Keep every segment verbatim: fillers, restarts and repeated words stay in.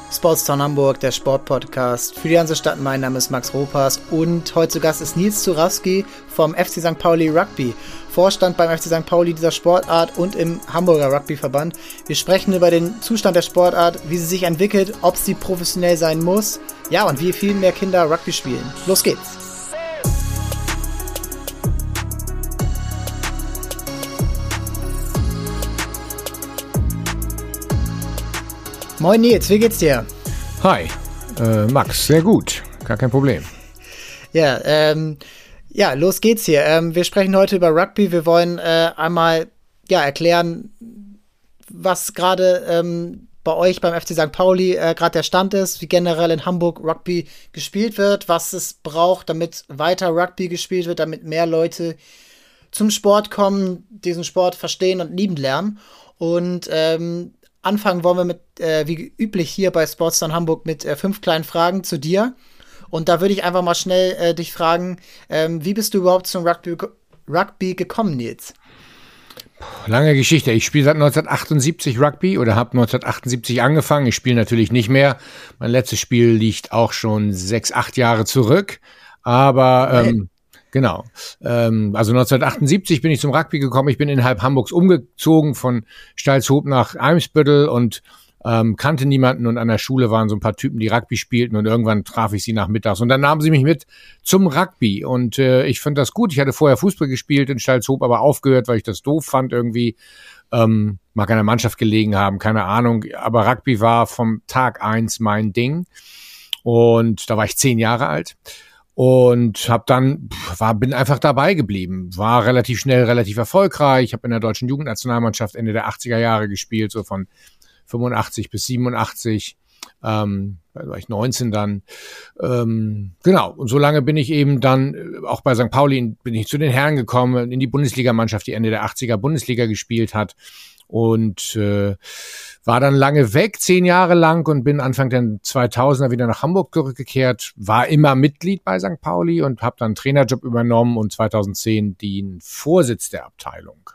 Sportstown Hamburg, der Sportpodcast für die ganze Stadt. Mein Name ist Max Ropas und heute zu Gast ist Nils Zurawski vom F C Sankt Pauli Rugby, Vorstand beim F C Sankt Pauli dieser Sportart und im Hamburger Rugbyverband. Wir sprechen über den Zustand der Sportart, wie sie sich entwickelt, ob sie professionell sein muss, ja, und wie viel mehr Kinder Rugby spielen. Los geht's! Moin Nils, wie geht's dir? Hi, äh, Max, sehr gut, gar kein Problem. Ja, ähm, ja, los geht's hier. Ähm, wir sprechen heute über Rugby. Wir wollen äh, einmal ja, erklären, was gerade ähm, bei euch beim F C Sankt Pauli äh, gerade der Stand ist, wie generell in Hamburg Rugby gespielt wird, was es braucht, damit weiter Rugby gespielt wird, damit mehr Leute zum Sport kommen, diesen Sport verstehen und lieben lernen. Und ähm, anfangen wollen wir mit, äh, wie üblich hier bei Sportstown Hamburg, mit äh, fünf kleinen Fragen zu dir. Und da würde ich einfach mal schnell äh, dich fragen, ähm, wie bist du überhaupt zum Rugby, Rugby gekommen, Nils? Lange Geschichte. Ich spiele seit neunzehnhundertachtundsiebzig Rugby oder habe neunzehnhundertachtundsiebzig angefangen. Ich spiele natürlich nicht mehr. Mein letztes Spiel liegt auch schon sechs, acht Jahre zurück. Aber ähm, genau. Ähm, also neunzehnhundertachtundsiebzig bin ich zum Rugby gekommen. Ich bin innerhalb Hamburgs umgezogen von Stalzhoop nach Eimsbüttel und ähm, kannte niemanden. Und an der Schule waren so ein paar Typen, die Rugby spielten. Und irgendwann traf ich sie nachmittags. Und dann nahmen sie mich mit zum Rugby. Und äh, ich fand das gut. Ich hatte vorher Fußball gespielt in Stalzhoop, aber aufgehört, weil ich das doof fand irgendwie. Ähm, mag an der Mannschaft gelegen haben, keine Ahnung. Aber Rugby war vom Tag eins mein Ding. Und da war ich zehn Jahre alt. Und hab dann war bin einfach dabei geblieben, war relativ schnell relativ erfolgreich. Ich habe in der deutschen Jugendnationalmannschaft Ende der achtziger Jahre gespielt, so von fünfundachtzig bis siebenundachtzig, ähm, da war ich neunzehn dann. Ähm, genau, und so lange bin ich eben dann, auch bei Sankt Pauli bin ich zu den Herren gekommen, in die Bundesligamannschaft, die Ende der achtziger Bundesliga gespielt hat. Und äh, war dann lange weg, zehn Jahre lang, und bin Anfang der zweitausender wieder nach Hamburg zurückgekehrt, war immer Mitglied bei Sankt Pauli und habe dann einen Trainerjob übernommen und zweitausendzehn den Vorsitz der Abteilung.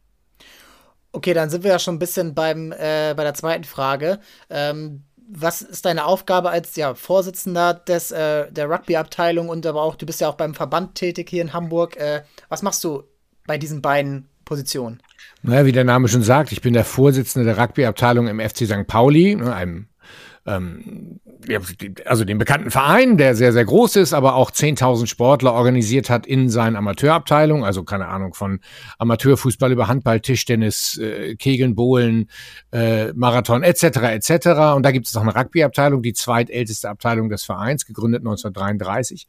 Okay, dann sind wir ja schon ein bisschen beim äh, bei der zweiten Frage. Ähm, was ist deine Aufgabe als ja, Vorsitzender des äh, der Rugby-Abteilung und aber auch, du bist ja auch beim Verband tätig hier in Hamburg. Äh, was machst du bei diesen beiden Positionen? Naja, wie der Name schon sagt, ich bin der Vorsitzende der Rugby-Abteilung im F C Sankt Pauli, einem ähm, also dem bekannten Verein, der sehr, sehr groß ist, aber auch zehntausend Sportler organisiert hat in seinen Amateurabteilungen, also keine Ahnung, von Amateurfußball über Handball, Tischtennis, äh, Kegeln, Bowlen, äh, Marathon et cetera et cetera. Und da gibt es noch eine Rugby-Abteilung, die zweitälteste Abteilung des Vereins, gegründet neunzehnhundertdreiunddreißig.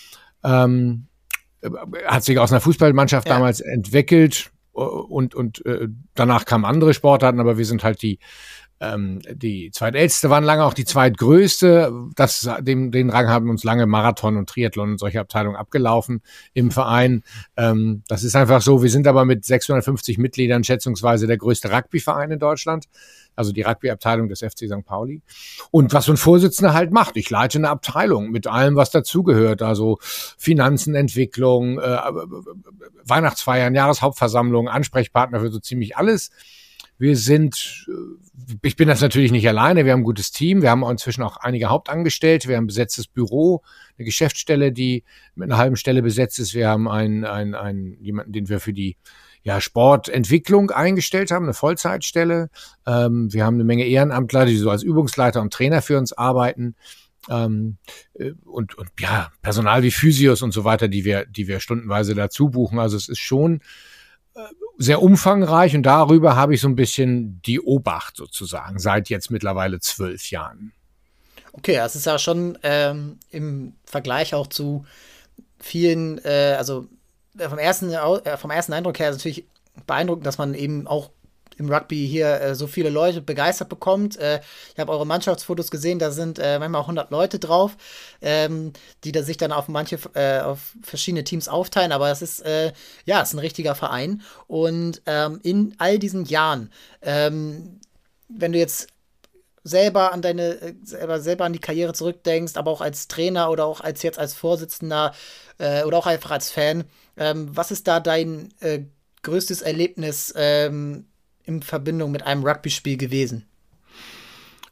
Ähm, hat sich aus einer Fußballmannschaft ja. damals entwickelt. Und, und äh, danach kamen andere Sportarten, aber wir sind halt die ähm, die zweitälteste, waren lange auch die zweitgrößte. Das, dem, den Rang haben uns lange Marathon und Triathlon und solche Abteilungen abgelaufen im Verein. Ähm, das ist einfach so. Wir sind aber mit sechshundertfünfzig Mitgliedern schätzungsweise der größte Rugbyverein in Deutschland. Also die Rugby-Abteilung des F C Sankt Pauli. Und was so ein Vorsitzender halt macht, ich leite eine Abteilung mit allem, was dazugehört, also Finanzen, Entwicklung, äh, Weihnachtsfeiern, Jahreshauptversammlung, Ansprechpartner für so ziemlich alles. Wir sind, ich bin das natürlich nicht alleine, wir haben ein gutes Team, wir haben inzwischen auch einige Hauptangestellte, wir haben ein besetztes Büro, eine Geschäftsstelle, die mit einer halben Stelle besetzt ist, wir haben einen, einen, einen jemanden, den wir für die ja, Sportentwicklung eingestellt haben, eine Vollzeitstelle. Ähm, wir haben eine Menge Ehrenamtler, die so als Übungsleiter und Trainer für uns arbeiten. Ähm, und, und ja, Personal wie Physios und so weiter, die wir, die wir stundenweise dazu buchen. Also es ist schon äh, sehr umfangreich und darüber habe ich so ein bisschen die Obacht sozusagen, seit jetzt mittlerweile zwölf Jahren. Okay, das ist ja schon ähm, im Vergleich auch zu vielen, äh, also Vom ersten, äh, vom ersten Eindruck her ist natürlich beeindruckend, dass man eben auch im Rugby hier äh, so viele Leute begeistert bekommt. Äh, ich habe eure Mannschaftsfotos gesehen, da sind äh, manchmal auch hundert Leute drauf, ähm, die da sich dann auf manche, äh, auf verschiedene Teams aufteilen, aber es ist, äh, ja, es ist ein richtiger Verein. Und ähm, in all diesen Jahren, ähm, wenn du jetzt selber an deine, selber, selber an die Karriere zurückdenkst, aber auch als Trainer oder auch als jetzt als Vorsitzender äh, oder auch einfach als Fan, ähm, was ist da dein äh, größtes Erlebnis ähm, in Verbindung mit einem Rugby-Spiel gewesen?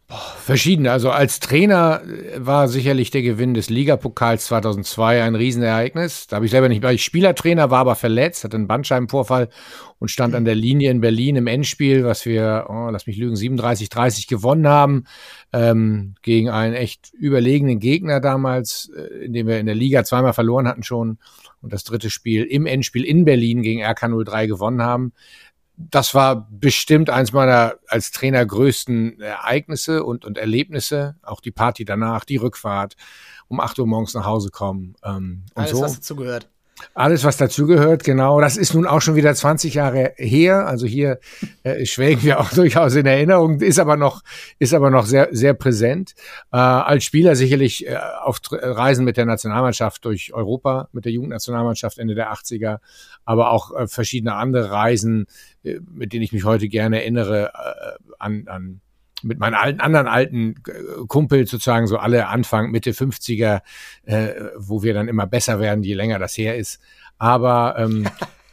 Verschiedene. Also als Trainer war sicherlich der Gewinn des Ligapokals zweitausendzwei ein Riesenereignis. Da habe ich selber nicht, weil ich Spielertrainer war, aber verletzt, hatte einen Bandscheibenvorfall und stand an der Linie in Berlin im Endspiel, was wir, oh, lass mich lügen, siebenunddreißig dreißig gewonnen haben, ähm, gegen einen echt überlegenen Gegner damals, äh, in dem wir in der Liga zweimal verloren hatten schon und das dritte Spiel im Endspiel in Berlin gegen R K null drei gewonnen haben. Das war bestimmt eins meiner als Trainer größten Ereignisse und, und Erlebnisse. Auch die Party danach, die Rückfahrt, um acht Uhr morgens nach Hause kommen. Ähm, und Alles, so. was dazugehört. Alles, was dazugehört, genau. Das ist nun auch schon wieder zwanzig Jahre her. Also hier äh, schwelgen wir auch durchaus in Erinnerung, ist aber noch, ist aber noch sehr, sehr präsent. Äh, als Spieler sicherlich äh, auf Reisen mit der Nationalmannschaft durch Europa, mit der Jugendnationalmannschaft Ende der achtziger, aber auch äh, verschiedene andere Reisen, äh, mit denen ich mich heute gerne erinnere, äh, an, an mit meinen alten, anderen alten Kumpels sozusagen, so alle Anfang, Mitte fünfziger, äh, wo wir dann immer besser werden, je länger das her ist. Aber, ähm,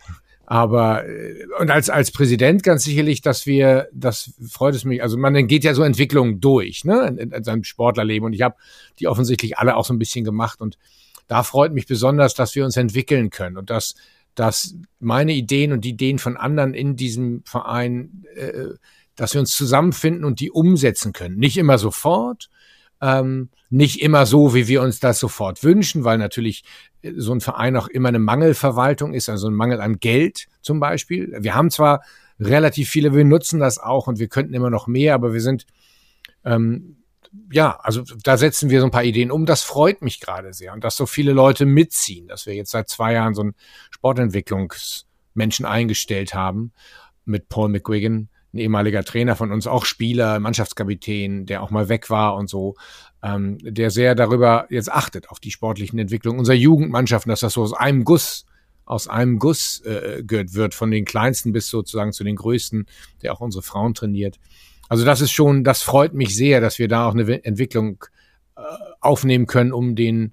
aber, und als, als Präsident ganz sicherlich, dass wir, das freut es mich, also man geht ja so Entwicklungen durch, ne, in, in seinem Sportlerleben und ich habe die offensichtlich alle auch so ein bisschen gemacht und da freut mich besonders, dass wir uns entwickeln können und dass, dass meine Ideen und die Ideen von anderen in diesem Verein, äh, dass wir uns zusammenfinden und die umsetzen können. Nicht immer sofort, ähm, nicht immer so, wie wir uns das sofort wünschen, weil natürlich so ein Verein auch immer eine Mangelverwaltung ist, also ein Mangel an Geld zum Beispiel. Wir haben zwar relativ viele, wir nutzen das auch und wir könnten immer noch mehr, aber wir sind, ähm, ja, also da setzen wir so ein paar Ideen um. Das freut mich gerade sehr und dass so viele Leute mitziehen, dass wir jetzt seit zwei Jahren so einen Sportentwicklungsmenschen eingestellt haben mit Paul McGuigan, ein ehemaliger Trainer von uns, auch Spieler, Mannschaftskapitän, der auch mal weg war und so, ähm, der sehr darüber jetzt achtet, auf die sportlichen Entwicklungen unserer Jugendmannschaften, dass das so aus einem Guss, aus einem Guss äh, gehört wird, von den Kleinsten bis sozusagen zu den Größten, der auch unsere Frauen trainiert. Also das ist schon, das freut mich sehr, dass wir da auch eine Entwicklung äh, aufnehmen können, um den,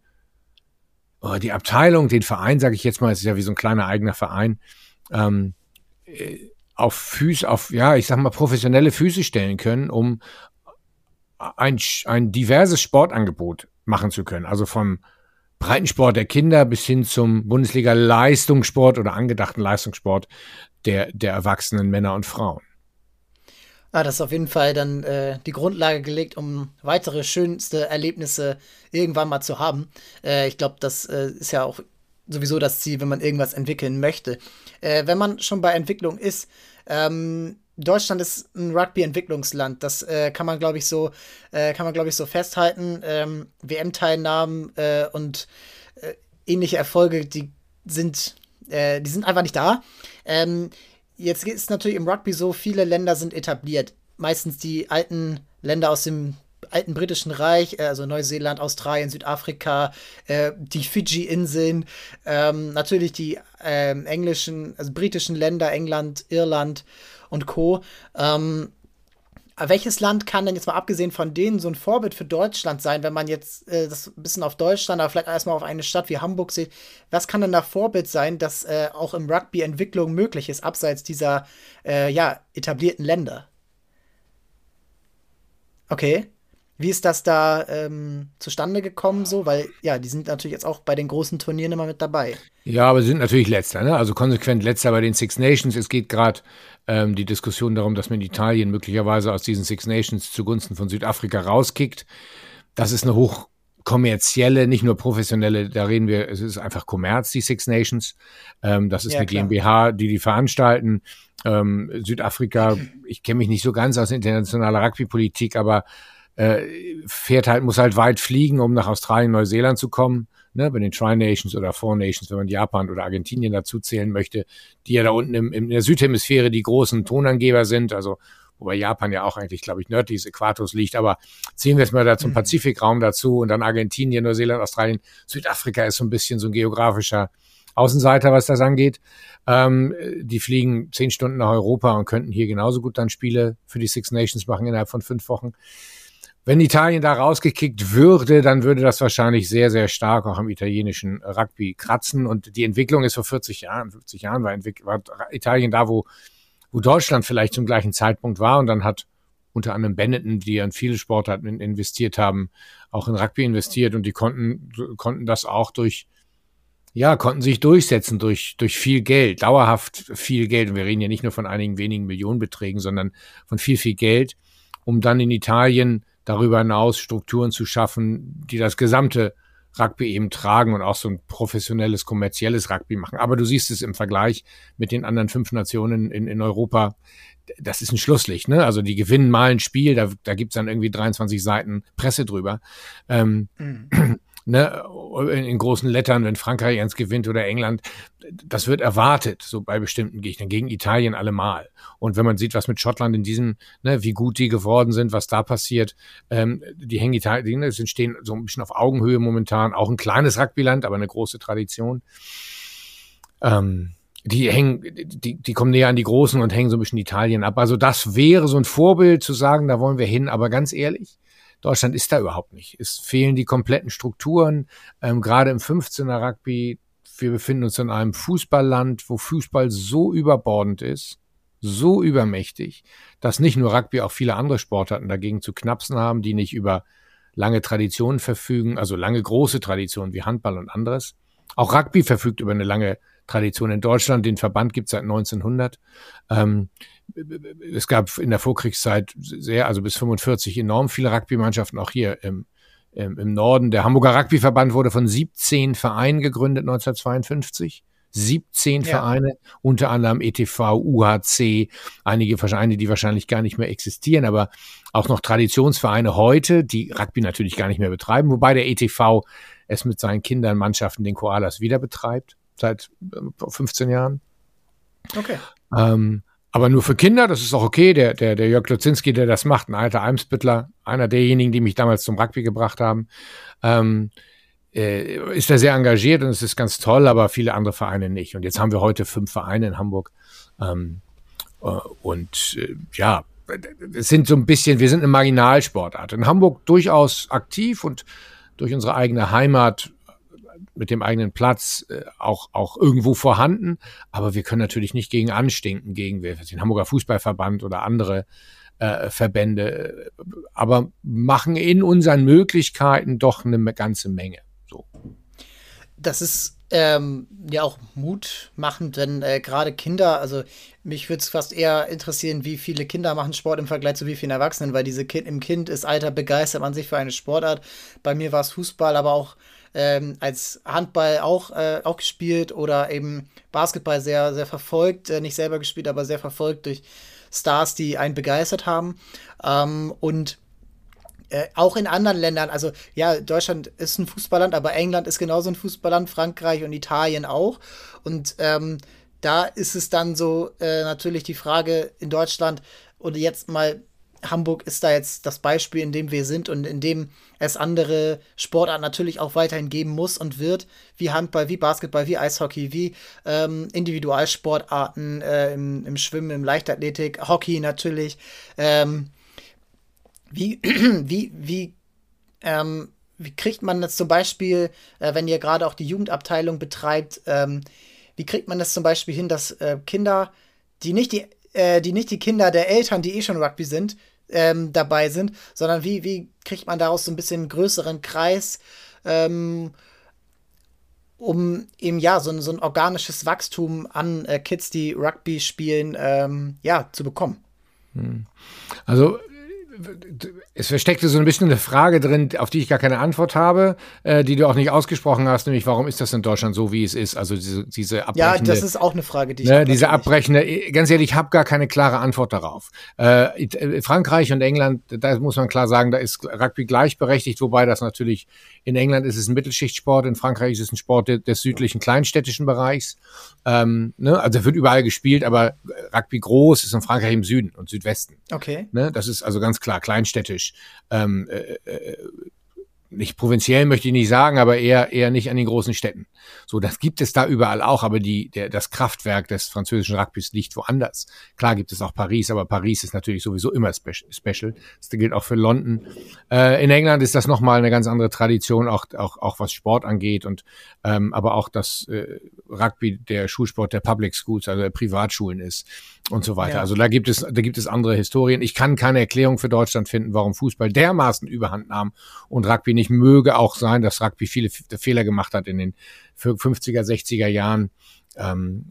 oh, die Abteilung, den Verein, sage ich jetzt mal, es ist ja wie so ein kleiner eigener Verein, ähm, äh, auf Füße, auf, ja, ich sag mal, professionelle Füße stellen können, um ein, ein diverses Sportangebot machen zu können. Also vom Breitensport der Kinder bis hin zum Bundesliga-Leistungssport oder angedachten Leistungssport der, der erwachsenen Männer und Frauen. Ah, das ist auf jeden Fall dann äh, die Grundlage gelegt, um weitere schönste Erlebnisse irgendwann mal zu haben. Äh, ich glaube, das äh, ist ja auch sowieso das Ziel, wenn man irgendwas entwickeln möchte. Äh, wenn man schon bei Entwicklung ist, ähm, Deutschland ist ein Rugby-Entwicklungsland. Das äh, kann man, glaube ich, so, äh, kann man, glaube ich, so festhalten. Ähm, W M-Teilnahmen äh, und äh, ähnliche Erfolge, die sind, äh, die sind einfach nicht da. Ähm, jetzt ist natürlich im Rugby so, viele Länder sind etabliert. Meistens die alten Länder aus dem alten britischen Reich, also Neuseeland, Australien, Südafrika, äh, die Fidschi-Inseln, ähm, natürlich die ähm, englischen, also britischen Länder, England, Irland und Co. Ähm, welches Land kann denn jetzt mal abgesehen von denen so ein Vorbild für Deutschland sein, wenn man jetzt äh, das ein bisschen auf Deutschland, aber vielleicht erstmal auf eine Stadt wie Hamburg sieht, was kann denn da Vorbild sein, dass äh, auch im Rugby Entwicklung möglich ist, abseits dieser äh, ja, etablierten Länder? Okay. Wie ist das da ähm, zustande gekommen so? Weil, ja, die sind natürlich jetzt auch bei den großen Turnieren immer mit dabei. Ja, aber sie sind natürlich Letzter, ne? Also konsequent Letzter bei den Six Nations. Es geht gerade ähm, die Diskussion darum, dass man Italien möglicherweise aus diesen Six Nations zugunsten von Südafrika rauskickt. Das ist eine hochkommerzielle, nicht nur professionelle, da reden wir, es ist einfach Kommerz, die Six Nations. Ähm, das ist ja, eine klar. GmbH, die die veranstalten. Ähm, Südafrika, ich kenne mich nicht so ganz aus internationaler Rugby-Politik, aber Äh, fährt halt, muss halt weit fliegen, um nach Australien, Neuseeland zu kommen, ne, bei den Tri-Nations oder Four Nations, wenn man Japan oder Argentinien dazu zählen möchte, die ja da unten im, in der Südhemisphäre die großen Tonangeber sind, also wobei Japan ja auch eigentlich, glaube ich, nördlich des Äquators liegt, aber ziehen wir es mal da zum mhm. Pazifikraum dazu und dann Argentinien, Neuseeland, Australien, Südafrika ist so ein bisschen so ein geografischer Außenseiter, was das angeht. Ähm, die fliegen zehn Stunden nach Europa und könnten hier genauso gut dann Spiele für die Six Nations machen innerhalb von fünf Wochen. Wenn Italien da rausgekickt würde, dann würde das wahrscheinlich sehr, sehr stark auch am italienischen Rugby kratzen. Und die Entwicklung ist vor vierzig Jahren, fünfzig Jahren war, entwick- war Italien da, wo, wo Deutschland vielleicht zum gleichen Zeitpunkt war. Und dann hat unter anderem Benetton, die an viele Sportarten investiert haben, auch in Rugby investiert und die konnten, konnten das auch durch, ja, konnten sich durchsetzen durch, durch viel Geld, dauerhaft viel Geld. Und wir reden ja nicht nur von einigen wenigen Millionenbeträgen, sondern von viel, viel Geld, um dann in Italien darüber hinaus Strukturen zu schaffen, die das gesamte Rugby eben tragen und auch so ein professionelles, kommerzielles Rugby machen. Aber du siehst es im Vergleich mit den anderen fünf Nationen in, in Europa, das ist ein Schlusslicht, ne? Also die gewinnen mal ein Spiel, da, da gibt's dann irgendwie dreiundzwanzig Seiten Presse drüber. Ähm, mhm. Ne, in, in großen Lettern, wenn Frankreich eins gewinnt oder England, das wird erwartet, so bei bestimmten Gegnern, gegen Italien allemal. Und wenn man sieht, was mit Schottland in diesem, ne, wie gut die geworden sind, was da passiert, ähm, die hängen Italien, die sind, stehen so ein bisschen auf Augenhöhe momentan, auch ein kleines Rugbyland, aber eine große Tradition. Ähm, die hängen, die, die kommen näher an die Großen und hängen so ein bisschen Italien ab. Also das wäre so ein Vorbild zu sagen, da wollen wir hin, aber ganz ehrlich, Deutschland ist da überhaupt nicht. Es fehlen die kompletten Strukturen, ähm, gerade im fünfzehner Rugby. Wir befinden uns in einem Fußballland, wo Fußball so überbordend ist, so übermächtig, dass nicht nur Rugby, auch viele andere Sportarten dagegen zu knapsen haben, die nicht über lange Traditionen verfügen, also lange große Traditionen wie Handball und anderes. Auch Rugby verfügt über eine lange Tradition in Deutschland. Den Verband gibt es seit neunzehnhundert. Ähm, es gab in der Vorkriegszeit sehr, also bis fünfundvierzig enorm viele Rugby-Mannschaften, auch hier im, im, im Norden. Der Hamburger Rugby-Verband wurde von siebzehn Vereinen gegründet neunzehnhundertzweiundfünfzig. siebzehn ja. Vereine, unter anderem E T V, U H C, einige Vereine, die wahrscheinlich gar nicht mehr existieren, aber auch noch Traditionsvereine heute, die Rugby natürlich gar nicht mehr betreiben, wobei der E T V es mit seinen Kindern, Mannschaften, den Koalas wieder betreibt, seit fünfzehn Jahren. Okay. Ähm, aber nur für Kinder, das ist auch okay. Der, der, der Jörg Lozinski, der das macht, ein alter Eimsbüttler, einer derjenigen, die mich damals zum Rugby gebracht haben, ähm, äh, ist da sehr engagiert und es ist ganz toll, aber viele andere Vereine nicht. Und jetzt haben wir heute fünf Vereine in Hamburg. Ähm, äh, und äh, ja, es sind so ein bisschen, wir sind eine Marginalsportart. In Hamburg durchaus aktiv und durch unsere eigene Heimat mit dem eigenen Platz äh, auch, auch irgendwo vorhanden. Aber wir können natürlich nicht gegen anstinken, gegen den Hamburger Fußballverband oder andere äh, Verbände, aber machen in unseren Möglichkeiten doch eine ganze Menge. So. Das ist ähm, ja auch mutmachend, wenn äh, gerade Kinder, also mich würde es fast eher interessieren, wie viele Kinder machen Sport im Vergleich zu wie vielen Erwachsenen, weil diese Kind im Kind ist Alter begeistert man sich für eine Sportart. Bei mir war es Fußball, aber auch ähm, als Handball auch, äh, auch gespielt oder eben Basketball sehr, sehr verfolgt, äh, nicht selber gespielt, aber sehr verfolgt durch Stars, die einen begeistert haben. Ähm, und Äh, auch in anderen Ländern, also ja, Deutschland ist ein Fußballland, aber England ist genauso ein Fußballland, Frankreich und Italien auch. Und ähm, da ist es dann so äh, natürlich die Frage in Deutschland, oder jetzt mal, Hamburg ist da jetzt das Beispiel, in dem wir sind und in dem es andere Sportarten natürlich auch weiterhin geben muss und wird, wie Handball, wie Basketball, wie Eishockey, wie ähm, Individualsportarten äh, im, im Schwimmen, im Leichtathletik, Hockey natürlich, ähm, Wie, wie, wie, ähm, wie kriegt man das zum Beispiel, äh, wenn ihr gerade auch die Jugendabteilung betreibt, ähm, wie kriegt man das zum Beispiel hin, dass äh, Kinder, die nicht die, äh, die nicht die Kinder der Eltern, die eh schon Rugby sind, ähm, dabei sind, sondern wie, wie kriegt man daraus so ein bisschen einen größeren Kreis, ähm, um eben ja so ein, so ein organisches Wachstum an äh, Kids, die Rugby spielen, ähm, ja, zu bekommen? Also es versteckte so ein bisschen eine Frage drin, auf die ich gar keine Antwort habe, äh, die du auch nicht ausgesprochen hast, nämlich warum ist das in Deutschland so, wie es ist? Also diese, diese abbrechende... Ja, das ist auch eine Frage, die ich ne, habe. Diese abbrechende, ganz ehrlich, ich habe gar keine klare Antwort darauf. Äh, Frankreich und England, da muss man klar sagen, da ist Rugby gleichberechtigt, wobei das natürlich, in England ist es ein Mittelschichtsport, in Frankreich ist es ein Sport de, des südlichen kleinstädtischen Bereichs. Ähm, ne? Also wird überall gespielt, aber Rugby groß ist in Frankreich im Süden und Südwesten. Okay. Ne? Das ist also ganz klar kleinstädtisch. Ähm, äh, nicht provinziell möchte ich nicht sagen, aber eher eher nicht an den großen Städten. So, das gibt es da überall auch, aber die der das Kraftwerk des französischen Rugbys liegt woanders. Klar gibt es auch Paris, aber Paris ist natürlich sowieso immer spe- special. Das gilt auch für London. Äh, in England ist das nochmal eine ganz andere Tradition, auch auch auch was Sport angeht und ähm, aber auch das äh, Rugby der Schulsport der Public Schools, also der Privatschulen ist und so weiter. Ja. Also da gibt es da gibt es andere Historien. Ich kann keine Erklärung für Deutschland finden, warum Fußball dermaßen Überhand nahm und Rugby nicht. Möge auch sein, dass Rugby viele Fehler gemacht hat in den fünfziger, sechziger Jahren, ähm,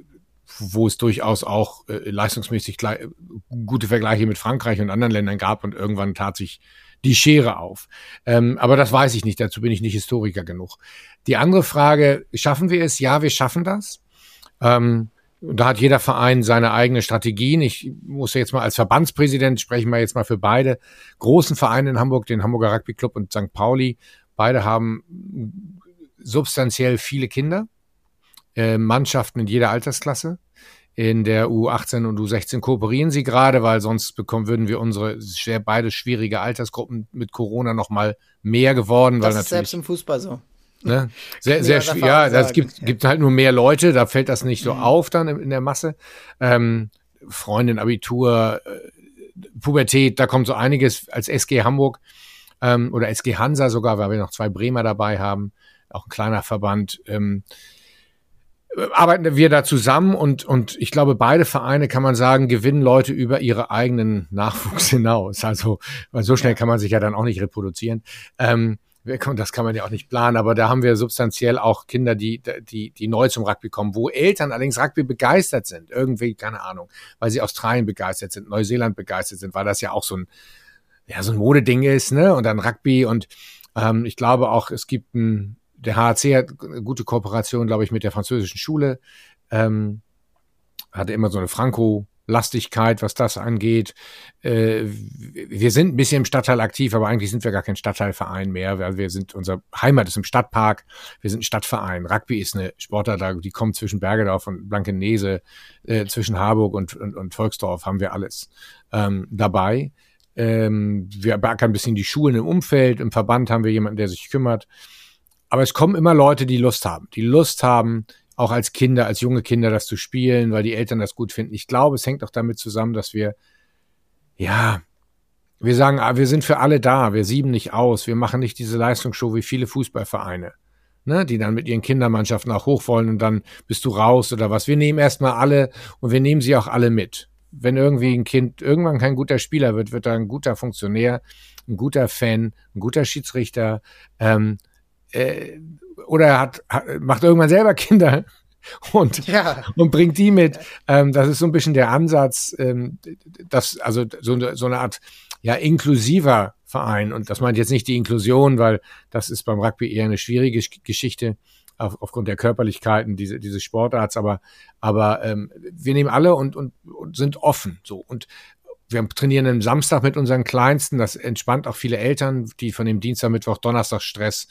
wo es durchaus auch äh, leistungsmäßig gleich, gute Vergleiche mit Frankreich und anderen Ländern gab und irgendwann tat sich die Schere auf. Ähm, aber das weiß ich nicht, dazu bin ich nicht Historiker genug. Die andere Frage, schaffen wir es? Ja, wir schaffen das. Ähm, Da hat jeder Verein seine eigene Strategien. Ich muss jetzt mal als Verbandspräsident sprechen wir jetzt mal für beide großen Vereine in Hamburg, den Hamburger Rugby Club und Sankt Pauli. Beide haben substanziell viele Kinder, äh, Mannschaften in jeder Altersklasse. In der U achtzehn und U sechzehn kooperieren sie gerade, weil sonst bekommen würden wir unsere sehr beide schwierige Altersgruppen mit Corona noch mal mehr geworden. Das weil ist selbst im Fußball so. Ne? Sehr, sehr schwierig. Ja, es gibt, ja. gibt halt nur mehr Leute, da fällt das nicht so mhm. auf dann in, in der Masse. Ähm, Freundin, Abitur, äh, Pubertät, da kommt so einiges als S G Hamburg ähm, oder S G Hansa sogar, weil wir noch zwei Bremer dabei haben, auch ein kleiner Verband. Ähm, arbeiten wir da zusammen und, und ich glaube, beide Vereine, kann man sagen, gewinnen Leute über ihre eigenen Nachwuchs hinaus. Also, weil so schnell kann man sich ja dann auch nicht reproduzieren. Ähm, Das kann man ja auch nicht planen, aber da haben wir substanziell auch Kinder, die, die, die neu zum Rugby kommen, wo Eltern allerdings Rugby begeistert sind. Irgendwie, keine Ahnung, weil sie Australien begeistert sind, Neuseeland begeistert sind, weil das ja auch so ein, ja, so ein Modeding ist, ne? Und dann Rugby und ähm, ich glaube auch, es gibt ein, der H A C hat eine gute Kooperation, glaube ich, mit der französischen Schule, ähm, hatte immer so eine Franco- Lastigkeit, was das angeht. Äh, wir sind ein bisschen im Stadtteil aktiv, aber eigentlich sind wir gar kein Stadtteilverein mehr, weil wir sind, unser Heimat ist im Stadtpark, wir sind ein Stadtverein. Rugby ist eine Sportart, die kommt zwischen Bergedorf und Blankenese, äh, zwischen Harburg und, und, und Volksdorf haben wir alles ähm, dabei. Ähm, wir beackern ein bisschen die Schulen im Umfeld, im Verband haben wir jemanden, der sich kümmert. Aber es kommen immer Leute, die Lust haben, die Lust haben, auch als Kinder, als junge Kinder das zu spielen, weil die Eltern das gut finden. Ich glaube, es hängt auch damit zusammen, dass wir, ja, wir sagen, ah, wir sind für alle da, wir sieben nicht aus, wir machen nicht diese Leistungsshow wie viele Fußballvereine, ne, die dann mit ihren Kindermannschaften auch hoch wollen und dann bist du raus oder was. Wir nehmen erstmal alle und wir nehmen sie auch alle mit. Wenn irgendwie ein Kind irgendwann kein guter Spieler wird, wird er ein guter Funktionär, ein guter Fan, ein guter Schiedsrichter, ähm, äh, oder er hat, hat, macht irgendwann selber Kinder und, ja. und bringt die mit. Ähm, das ist so ein bisschen der Ansatz, ähm, dass, also so, so eine Art ja inklusiver Verein. Und das meint jetzt nicht die Inklusion, weil das ist beim Rugby eher eine schwierige Geschichte auf, aufgrund der Körperlichkeiten diese, dieses Sportarts. Aber, aber ähm, wir nehmen alle und, und, und sind offen. So und wir trainieren am Samstag mit unseren Kleinsten. Das entspannt auch viele Eltern, die von dem Dienstag, Mittwoch, Donnerstag Stress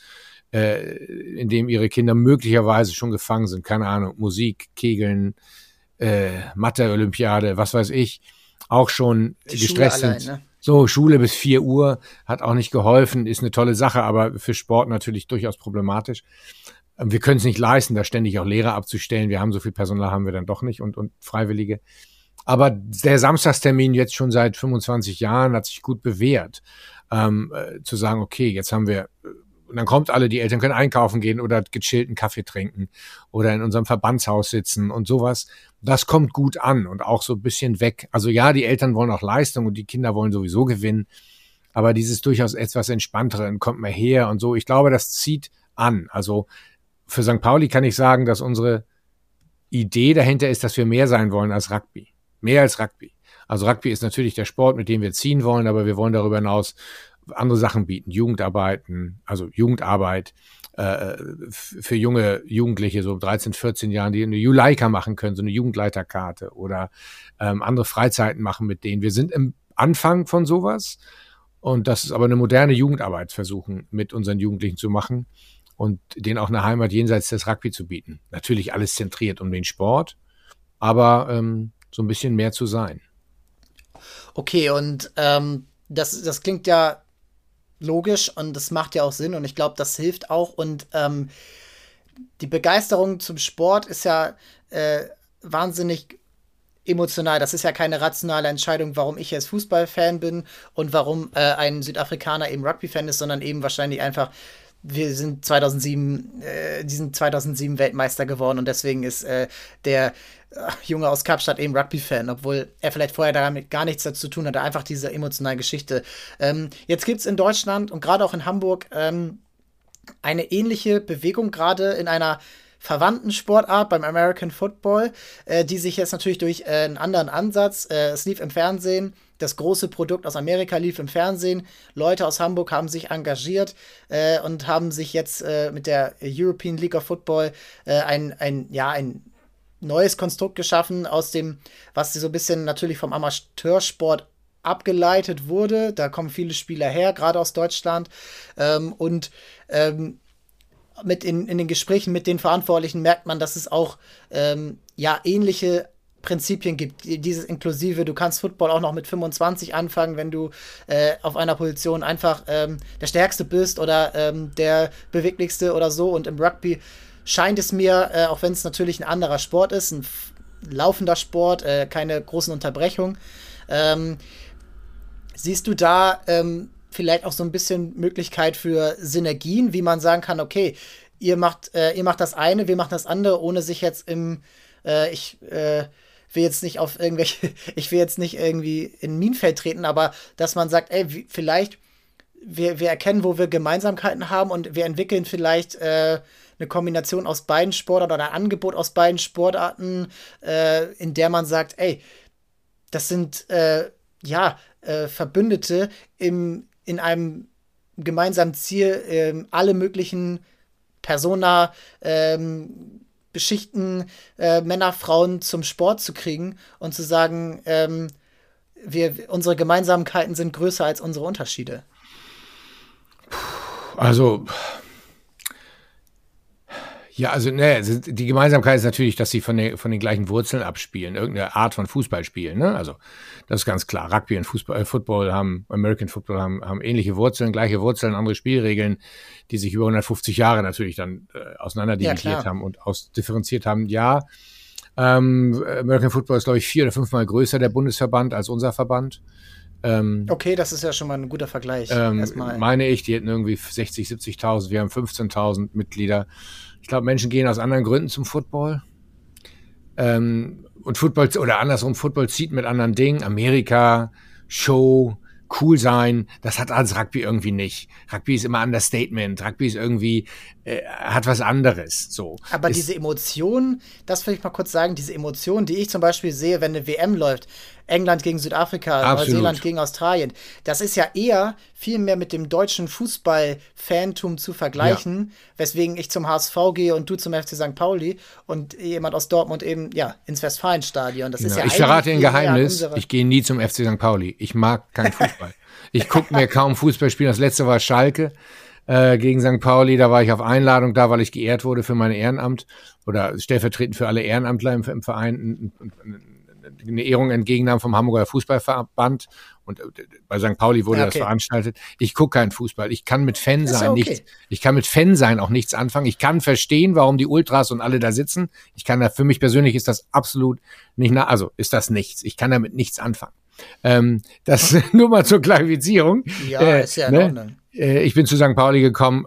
in dem ihre Kinder möglicherweise schon gefangen sind, keine Ahnung, Musik, Kegeln, äh, Mathe-Olympiade, was weiß ich, auch schon die gestresst Schule sind. Allein, ne? So, Schule bis vier Uhr hat auch nicht geholfen, ist eine tolle Sache, aber für Sport natürlich durchaus problematisch. Wir können es nicht leisten, da ständig auch Lehrer abzustellen, wir haben so viel Personal, haben wir dann doch nicht und, und Freiwillige. Aber der Samstagstermin jetzt schon seit fünfundzwanzig Jahren hat sich gut bewährt, ähm, äh, zu sagen, okay, jetzt haben wir und dann kommt alle, die Eltern können einkaufen gehen oder gechillten Kaffee trinken oder in unserem Verbandshaus sitzen und sowas. Das kommt gut an und auch so ein bisschen weg. Also ja, die Eltern wollen auch Leistung und die Kinder wollen sowieso gewinnen. Aber dieses durchaus etwas entspanntere, kommt mal her und so. Ich glaube, das zieht an. Also für Sankt Pauli kann ich sagen, dass unsere Idee dahinter ist, dass wir mehr sein wollen als Rugby. Mehr als Rugby. Also Rugby ist natürlich der Sport, mit dem wir ziehen wollen, aber wir wollen darüber hinaus andere Sachen bieten, Jugendarbeiten, also Jugendarbeit äh, für junge Jugendliche, so dreizehn, vierzehn Jahren, die eine Juleika machen können, so eine Jugendleiterkarte oder ähm, andere Freizeiten machen mit denen. Wir sind im Anfang von sowas und das ist aber eine moderne Jugendarbeit versuchen, mit unseren Jugendlichen zu machen und denen auch eine Heimat jenseits des Rugby zu bieten. Natürlich alles zentriert um den Sport, aber ähm, so ein bisschen mehr zu sein. Okay, und ähm, das, das klingt ja logisch und das macht ja auch Sinn und ich glaube, das hilft auch und ähm, die Begeisterung zum Sport ist ja äh, wahnsinnig emotional. Das ist ja keine rationale Entscheidung, warum ich jetzt Fußballfan bin und warum äh, ein Südafrikaner eben Rugby-Fan ist, sondern eben wahrscheinlich einfach, wir sind zweitausendsieben, äh, die sind zweitausendsieben Weltmeister geworden und deswegen ist äh, der äh, Junge aus Kapstadt eben Rugby-Fan, obwohl er vielleicht vorher damit gar nichts dazu zu tun hatte, einfach diese emotionale Geschichte. Ähm, jetzt gibt es in Deutschland und gerade auch in Hamburg ähm, eine ähnliche Bewegung, gerade in einer verwandten Sportart beim American Football, äh, die sich jetzt natürlich durch äh, einen anderen Ansatz, äh, es lief im Fernsehen, das große Produkt aus Amerika lief im Fernsehen, Leute aus Hamburg haben sich engagiert äh, und haben sich jetzt äh, mit der European League of Football äh, ein, ein, ja, ein neues Konstrukt geschaffen, aus dem, was so ein bisschen natürlich vom Amateursport abgeleitet wurde. Da kommen viele Spieler her, gerade aus Deutschland. Ähm, und ähm, mit in, in den Gesprächen mit den Verantwortlichen merkt man, dass es auch ähm, ja, ähnliche Prinzipien gibt. Dieses Inklusive, du kannst Football auch noch mit fünfundzwanzig anfangen, wenn du äh, auf einer Position einfach ähm, der Stärkste bist oder ähm, der Beweglichste oder so. Und im Rugby scheint es mir, äh, auch wenn es natürlich ein anderer Sport ist, ein f- laufender Sport, äh, keine großen Unterbrechungen, ähm, siehst du da ähm, vielleicht auch so ein bisschen Möglichkeit für Synergien, wie man sagen kann, okay, ihr macht, äh, ihr macht das eine, wir machen das andere, ohne sich jetzt im, äh, ich äh, will jetzt nicht auf irgendwelche, ich will jetzt nicht irgendwie in ein Minenfeld treten, aber dass man sagt, ey, wie, vielleicht, wir, wir erkennen, wo wir Gemeinsamkeiten haben und wir entwickeln vielleicht äh, eine Kombination aus beiden Sportarten oder ein Angebot aus beiden Sportarten, äh, in der man sagt, ey, das sind, äh, ja, äh, Verbündete im in einem gemeinsamen Ziel, ähm, alle möglichen Persona, ähm, Beschichten, äh, Männer, Frauen zum Sport zu kriegen und zu sagen, ähm, wir, unsere Gemeinsamkeiten sind größer als unsere Unterschiede. Also, ja, also ne, die Gemeinsamkeit ist natürlich, dass sie von, der, von den gleichen Wurzeln abspielen, irgendeine Art von Fußball spielen, ne? Also das ist ganz klar. Rugby und Fußball, äh, Football haben, American Football haben, haben ähnliche Wurzeln, gleiche Wurzeln, andere Spielregeln, die sich über hundertfünfzig Jahre natürlich dann äh, auseinanderdividiert Ja, haben und ausdifferenziert haben. Ja, ähm, American Football ist, glaube ich, vier oder fünfmal größer, der Bundesverband, als unser Verband. Ähm, okay, das ist ja schon mal ein guter Vergleich. ähm, Erstmal. Meine ich, die hätten irgendwie sechzig, siebzigtausend, wir haben fünfzehntausend Mitglieder. Ich glaube, Menschen gehen aus anderen Gründen zum Football. Ähm, und Football, oder andersrum, Football zieht mit anderen Dingen. Amerika, Show, cool sein, das hat alles Rugby irgendwie nicht. Rugby ist immer Understatement. Rugby ist irgendwie, äh, hat was anderes. So. Aber ist, diese Emotionen, das will ich mal kurz sagen, diese Emotionen, die ich zum Beispiel sehe, wenn eine W M läuft, England gegen Südafrika, Absolut. Neuseeland gegen Australien, das ist ja eher viel mehr mit dem deutschen Fußball-Fantum zu vergleichen, ja. Weswegen ich zum H S V gehe und du zum F C Sankt Pauli und jemand aus Dortmund eben, ja, ins Westfalenstadion. Das ja, ist ja ich verrate ein Geheimnis, ich gehe nie zum F C Sankt Pauli. Ich mag keinen Fußball. Ich gucke mir kaum Fußball spielen. Das letzte war Schalke äh, gegen Sankt Pauli. Da war ich auf Einladung da, weil ich geehrt wurde für mein Ehrenamt oder stellvertretend für alle Ehrenamtler im, im Verein eine Ehrung entgegennahm vom Hamburger Fußballverband. Und bei Sankt Pauli wurde ja, okay. das veranstaltet. Ich gucke keinen Fußball. Ich kann mit Fan sein okay. nichts. Ich kann mit Fan sein auch nichts anfangen. Ich kann verstehen, warum die Ultras und alle da sitzen. Ich kann da, für mich persönlich ist das absolut nicht, na, also ist das nichts. Ich kann damit nichts anfangen. Ähm, das nur mal zur Klarifizierung. Ja, äh, ist ja in Ordnung. Äh, ich bin zu Sankt Pauli gekommen,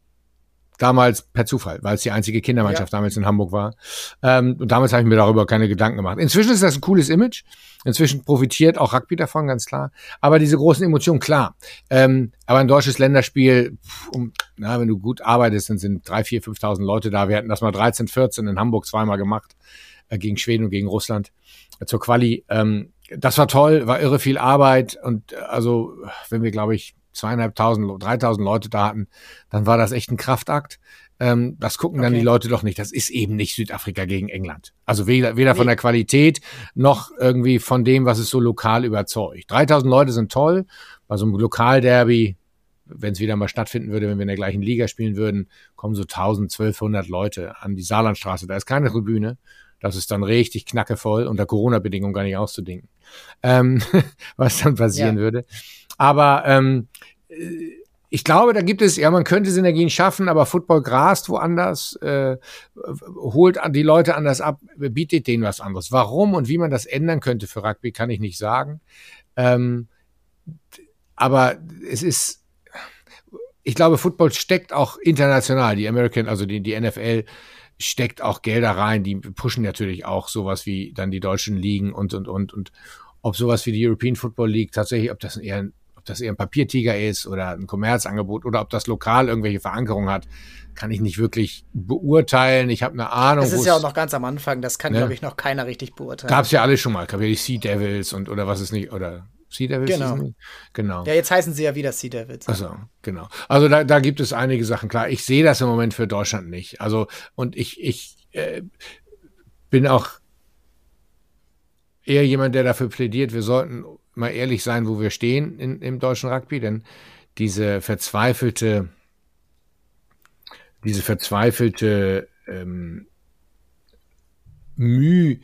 damals per Zufall, weil es die einzige Kindermannschaft ja. damals in Hamburg war. Ähm, und damals habe ich mir darüber keine Gedanken gemacht. Inzwischen ist das ein cooles Image. Inzwischen profitiert auch Rugby davon, ganz klar. Aber diese großen Emotionen, klar. Ähm, aber ein deutsches Länderspiel, um, na, wenn du gut arbeitest, dann sind drei, vier, fünftausend Leute da. Wir hatten das mal dreizehn, vierzehn in Hamburg zweimal gemacht, äh, gegen Schweden und gegen Russland, äh, zur Quali. Ähm, das war toll, war irre viel Arbeit. Und äh, also, wenn wir, glaube ich, zweieinhalbtausend, dreitausend Leute da hatten, dann war das echt ein Kraftakt. Ähm, das gucken dann okay. die Leute doch nicht. Das ist eben nicht Südafrika gegen England. Also weder, weder nee. von der Qualität noch irgendwie von dem, was es so lokal überzeugt. dreitausend Leute sind toll. Bei so einem Lokalderby, wenn es wieder mal stattfinden würde, wenn wir in der gleichen Liga spielen würden, kommen so tausend, zwölfhundert Leute an die Saarlandstraße. Da ist keine Tribüne. Das ist dann richtig knackevoll, unter Corona-Bedingungen gar nicht auszudenken, ähm, was dann passieren ja. würde. Aber ähm, Ich glaube, da gibt es, ja, man könnte Synergien schaffen, aber Football grast woanders, äh, holt die Leute anders ab, bietet denen was anderes. Warum und wie man das ändern könnte für Rugby, kann ich nicht sagen. Ähm, aber es ist, ich glaube, Football steckt auch international, die American, also die, die N F L steckt auch Gelder rein, die pushen natürlich auch sowas wie dann die deutschen Ligen und, und, und, und ob sowas wie die European Football League tatsächlich, ob das eher ein das eher ein Papiertiger ist oder ein Kommerzangebot oder ob das lokal irgendwelche Verankerung hat, kann ich nicht wirklich beurteilen. Ich habe eine Ahnung. Das ist ja auch noch ganz am Anfang, das kann, ne? glaube ich, noch keiner richtig beurteilen. Gab es ja alle schon mal. Gab ja die Sea Devils und oder was ist nicht, oder Sea Devils? Genau. Genau. Ja, jetzt heißen sie ja wieder Sea Devils. Also, genau. Also da, da gibt es einige Sachen, klar. Ich sehe das im Moment für Deutschland nicht. Also, und ich, ich äh, bin auch eher jemand, der dafür plädiert, wir sollten mal ehrlich sein, wo wir stehen in, im deutschen Rugby, denn diese verzweifelte, diese verzweifelte ähm, Mühe,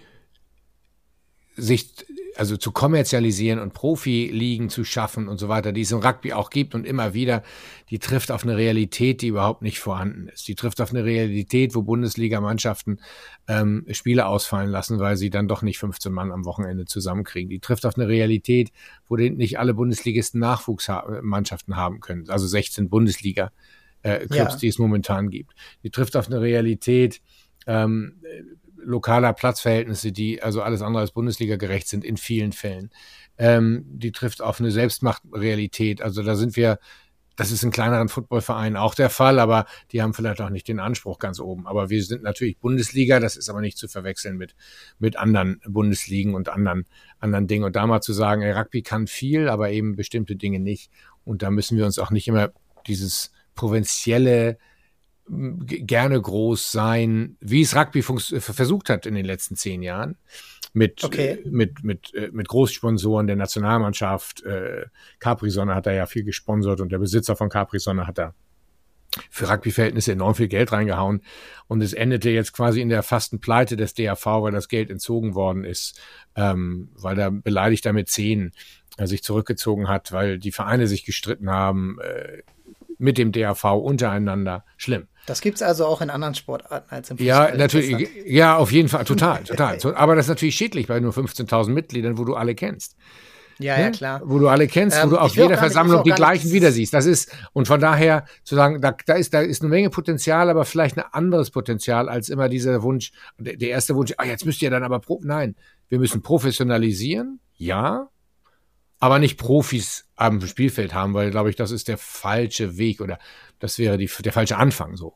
sich also zu kommerzialisieren und Profiligen zu schaffen und so weiter, die es im Rugby auch gibt und immer wieder, die trifft auf eine Realität, die überhaupt nicht vorhanden ist. Die trifft auf eine Realität, wo Bundesligamannschaften ähm, Spiele ausfallen lassen, weil sie dann doch nicht fünfzehn Mann am Wochenende zusammenkriegen. Die trifft auf eine Realität, wo nicht alle Bundesligisten Nachwuchsmannschaften haben können, also sechzehn Bundesliga äh, Clubs, ja. die es momentan gibt. Die trifft auf eine Realität, ähm, lokaler Platzverhältnisse, die also alles andere als Bundesliga gerecht sind in vielen Fällen. Ähm, die trifft auf eine Selbstmachtrealität. Also da sind wir, das ist in kleineren Footballvereinen auch der Fall, aber die haben vielleicht auch nicht den Anspruch ganz oben. Aber wir sind natürlich Bundesliga, das ist aber nicht zu verwechseln mit, mit anderen Bundesligen und anderen, anderen Dingen. Und da mal zu sagen, ey, Rugby kann viel, aber eben bestimmte Dinge nicht. Und da müssen wir uns auch nicht immer dieses provinzielle gerne groß sein, wie es Rugby versucht hat in den letzten zehn Jahren, mit, okay. äh, mit, mit, äh, mit Großsponsoren der Nationalmannschaft. Äh, Capri-Sonne hat da ja viel gesponsert und der Besitzer von Capri-Sonne hat da für Rugby-Verhältnisse enorm viel Geld reingehauen. Und es endete jetzt quasi in der fasten Pleite des D R V, weil das Geld entzogen worden ist, ähm, weil da beleidigter Mäzen äh, sich zurückgezogen hat, weil die Vereine sich gestritten haben äh, mit dem D R V untereinander. Schlimm. Das gibt's also auch in anderen Sportarten als im Fußball. Ja, natürlich. Ja, auf jeden Fall. Total, total. Aber das ist natürlich schädlich bei nur fünfzehntausend Mitgliedern, wo du alle kennst. Ja, ja, klar. Wo du alle kennst, ähm, wo du auf jeder Versammlung nicht, die gleichen nicht, wieder siehst. Das ist, und von daher zu sagen, da, da ist, da ist eine Menge Potenzial, aber vielleicht ein anderes Potenzial als immer dieser Wunsch, der, der erste Wunsch, ah, jetzt müsst ihr dann aber, pro, nein, wir müssen professionalisieren, ja, aber nicht Profis am Spielfeld haben, weil, glaube ich, das ist der falsche Weg oder das wäre die, der falsche Anfang so.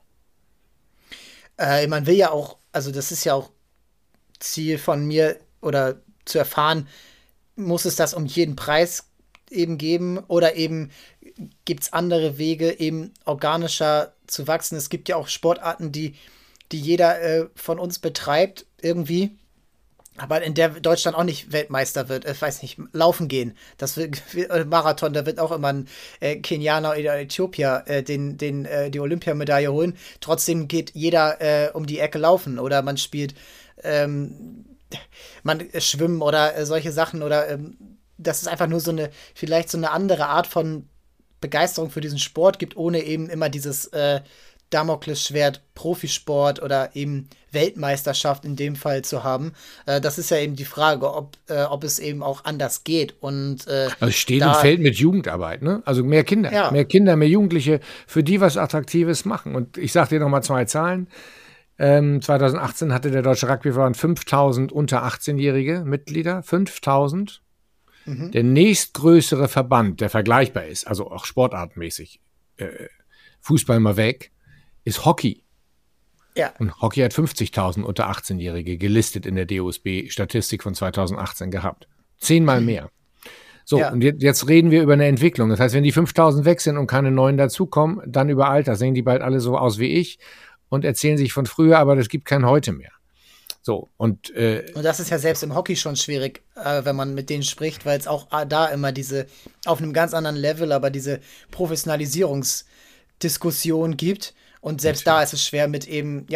Äh, man will ja auch, also das ist ja auch Ziel von mir oder zu erfahren, muss es das um jeden Preis eben geben oder eben gibt es andere Wege, eben organischer zu wachsen. Es gibt ja auch Sportarten, die, die jeder äh, von uns betreibt irgendwie, aber in der Deutschland auch nicht Weltmeister wird. Ich weiß nicht, laufen gehen, das wird, Marathon, da wird auch immer ein äh, Kenianer oder Äthiopier äh, den, den, äh, die Olympiamedaille holen. Trotzdem geht jeder äh, um die Ecke laufen oder man spielt ähm, man äh, schwimmen oder äh, solche Sachen oder ähm, dass es einfach nur so eine, vielleicht so eine andere Art von Begeisterung für diesen Sport gibt, ohne eben immer dieses äh, Damoklesschwert Profisport oder eben Weltmeisterschaft in dem Fall zu haben. Äh, das ist ja eben die Frage, ob, äh, ob es eben auch anders geht. Und, äh, also steht und fällt mit Jugendarbeit, ne? Also mehr Kinder, ja. mehr Kinder, mehr Jugendliche, für die was Attraktives machen. Und ich sage dir noch mal zwei Zahlen. Ähm, zwanzig achtzehn hatte der Deutsche Rugbyverband fünftausend unter achtzehnjährige Mitglieder, fünftausend. Mhm. Der nächstgrößere Verband, der vergleichbar ist, also auch sportartenmäßig, äh, Fußball mal weg, ist Hockey. Ja. Und Hockey hat fünfzigtausend unter achtzehnjährige gelistet in der D O S B-Statistik von zwanzig achtzehn gehabt. Zehnmal mehr. So, ja. Und jetzt reden wir über eine Entwicklung. Das heißt, wenn die fünftausend weg sind und keine neuen dazukommen, dann über Alter. Sehen die bald alle so aus wie ich und erzählen sich von früher, aber es gibt kein Heute mehr. So, und, äh, und das ist ja selbst im Hockey schon schwierig, äh, wenn man mit denen spricht, weil es auch äh, da immer diese, auf einem ganz anderen Level, aber diese Professionalisierungsdiskussion gibt. Und selbst Natürlich. Da ist es schwer mit eben, ja,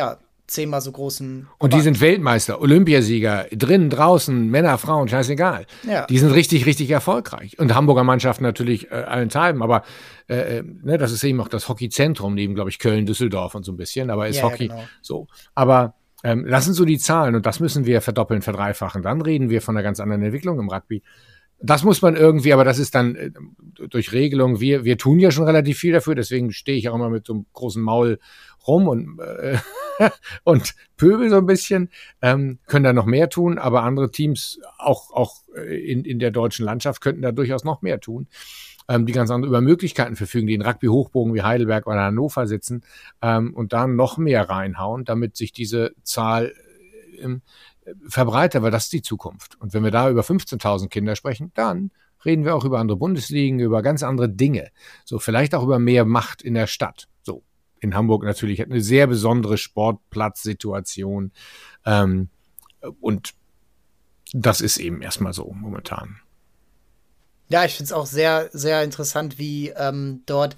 zehnmal so großen. Und die sind Weltmeister, Olympiasieger, drinnen, draußen, Männer, Frauen, scheißegal. Ja. Die sind richtig, richtig erfolgreich. Und Hamburger Mannschaften natürlich äh, allenthalben, aber äh, ne, das ist eben auch das Hockeyzentrum neben, glaube ich, Köln, Düsseldorf und so ein bisschen, aber ist Ja, Hockey ja, genau. so. Aber ähm, das sind so die Zahlen und das müssen wir verdoppeln, verdreifachen. Dann reden wir von einer ganz anderen Entwicklung im Rugby. Das muss man irgendwie, aber das ist dann äh, durch Regelung. Wir, wir tun ja schon relativ viel dafür, deswegen stehe ich auch immer mit so einem großen Maul rum und, äh, und pöbel so ein bisschen, ähm, können da noch mehr tun, aber andere Teams, auch, auch in, in der deutschen Landschaft, könnten da durchaus noch mehr tun, ähm, die ganz andere über Möglichkeiten verfügen, die in Rugby-Hochbogen wie Heidelberg oder Hannover sitzen ähm, und da noch mehr reinhauen, damit sich diese Zahl ähm, verbreitet, weil das ist die Zukunft. Und wenn wir da über fünfzehntausend Kinder sprechen, dann reden wir auch über andere Bundesligen, über ganz andere Dinge. So, vielleicht auch über mehr Macht in der Stadt. So, in Hamburg natürlich hat eine sehr besondere Sportplatzsituation. Ähm, und das ist eben erstmal so momentan. Ja, ich finde es auch sehr, sehr interessant, wie ähm, dort,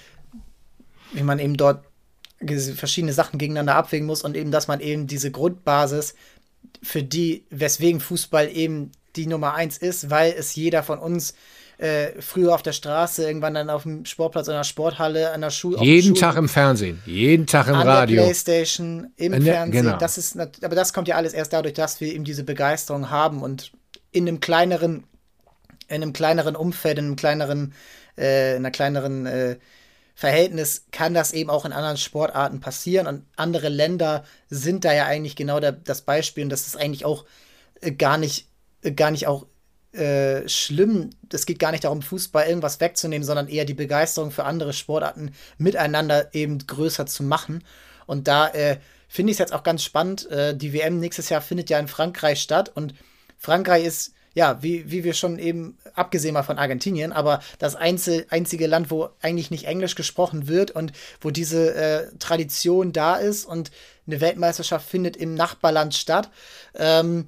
wie man eben dort verschiedene Sachen gegeneinander abwägen muss und eben, dass man eben diese Grundbasis, für die, weswegen Fußball eben die Nummer eins ist, weil es jeder von uns äh, früher auf der Straße, irgendwann dann auf dem Sportplatz, in der Sporthalle, an der Schule. Jeden Tag im Fernsehen, jeden Tag im an Radio. An der Playstation, im der, Fernsehen. Genau. Das ist, aber das kommt ja alles erst dadurch, dass wir eben diese Begeisterung haben und in einem kleineren, in einem kleineren Umfeld, in einem kleineren, äh, in einer kleineren äh, Verhältnis kann das eben auch in anderen Sportarten passieren und andere Länder sind da ja eigentlich genau der, das Beispiel und das ist eigentlich auch äh, gar nicht, äh, gar nicht auch äh, schlimm. Es geht gar nicht darum, Fußball irgendwas wegzunehmen, sondern eher die Begeisterung für andere Sportarten miteinander eben größer zu machen. Und da äh, finde ich es jetzt auch ganz spannend. Äh, die W M nächstes Jahr findet ja in Frankreich statt und Frankreich ist ja, wie, wie wir schon eben, abgesehen mal von Argentinien, aber das einzel, einzige Land, wo eigentlich nicht Englisch gesprochen wird und wo diese äh, Tradition da ist und eine Weltmeisterschaft findet im Nachbarland statt. Ähm,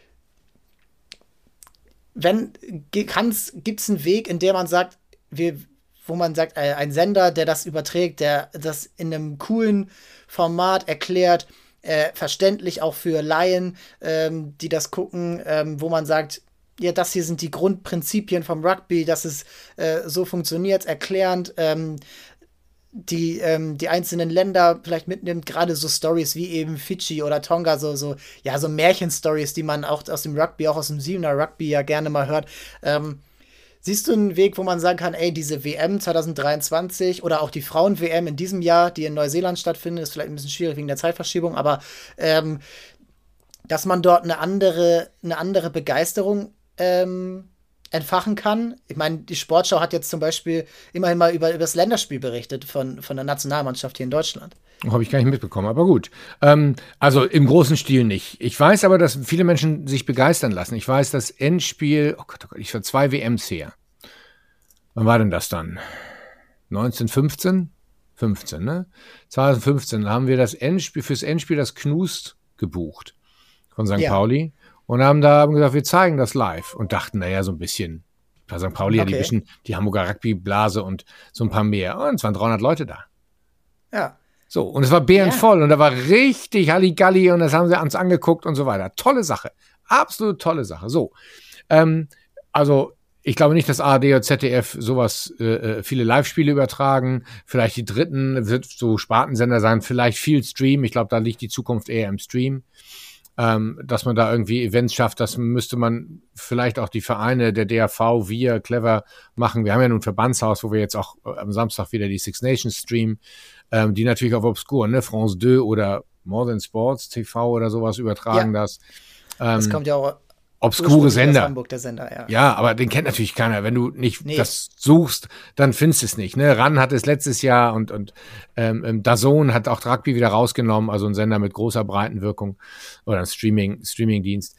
wenn, gibt es einen Weg, in dem man sagt, wir, wo man sagt, äh, ein Sender, der das überträgt, der das in einem coolen Format erklärt, äh, verständlich auch für Laien, ähm, die das gucken, ähm, wo man sagt, ja, das hier sind die Grundprinzipien vom Rugby, dass es äh, so funktioniert, erklärend, ähm, die, ähm, die einzelnen Länder vielleicht mitnimmt, gerade so Stories wie eben Fidschi oder Tonga, so, so, ja, so Märchen-Stories, die man auch aus dem Rugby, auch aus dem Siebener Rugby ja gerne mal hört. Ähm, siehst du einen Weg, wo man sagen kann, ey, diese W M zwanzig dreiundzwanzig oder auch die Frauen-W M in diesem Jahr, die in Neuseeland stattfindet, ist vielleicht ein bisschen schwierig wegen der Zeitverschiebung, aber ähm, dass man dort eine andere, eine andere Begeisterung Ähm, entfachen kann. Ich meine, die Sportschau hat jetzt zum Beispiel immerhin mal über, über das Länderspiel berichtet von, von der Nationalmannschaft hier in Deutschland. Habe ich gar nicht mitbekommen, aber gut. Ähm, also im großen Stil nicht. Ich weiß aber, dass viele Menschen sich begeistern lassen. Ich weiß, das Endspiel, oh Gott, oh Gott, ich war zwei W Ms her. Wann war denn das dann? neunzehnhundertfünfzehn? fünfzehn, ne? zwanzig fünfzehn haben wir das Endspiel, fürs Endspiel das Knust gebucht von Sankt Ja. Pauli. Und haben da haben gesagt, wir zeigen das live und dachten, naja, so ein bisschen, bei Sankt Pauli ja Okay. die bisschen, die Hamburger Rugby-Blase und so ein paar mehr. Und es waren dreihundert Leute da. Ja. So, und es war bärenvoll und da war richtig Halligalli und das haben sie uns angeguckt und so weiter. Tolle Sache. Absolut tolle Sache. So, ähm, also ich glaube nicht, dass A R D oder Z D F sowas, äh, viele Live-Spiele übertragen. Vielleicht die dritten, wird so Spartensender sein, vielleicht viel Stream. Ich glaube, da liegt die Zukunft eher im Stream. Ähm, dass man da irgendwie Events schafft, das müsste man vielleicht auch die Vereine, der D A V, wir, Clever machen. Wir haben ja nun ein Verbandshaus, wo wir jetzt auch am Samstag wieder die Six Nations streamen, ähm, die natürlich auf Obskur, ne, France zwei oder More Than Sports T V oder sowas übertragen Ja. das. Ähm, Das kommt ja auch obskure ursprünglich aus Sender. Hamburg, der Sender, ja. Ja, aber den kennt natürlich keiner. Wenn du nicht Nee. das suchst, dann findest du es nicht. Ne? RAN hat es letztes Jahr und, und ähm, DAZN hat auch Rugby wieder rausgenommen, also ein Sender mit großer Breitenwirkung oder ein Streaming, Streamingdienst.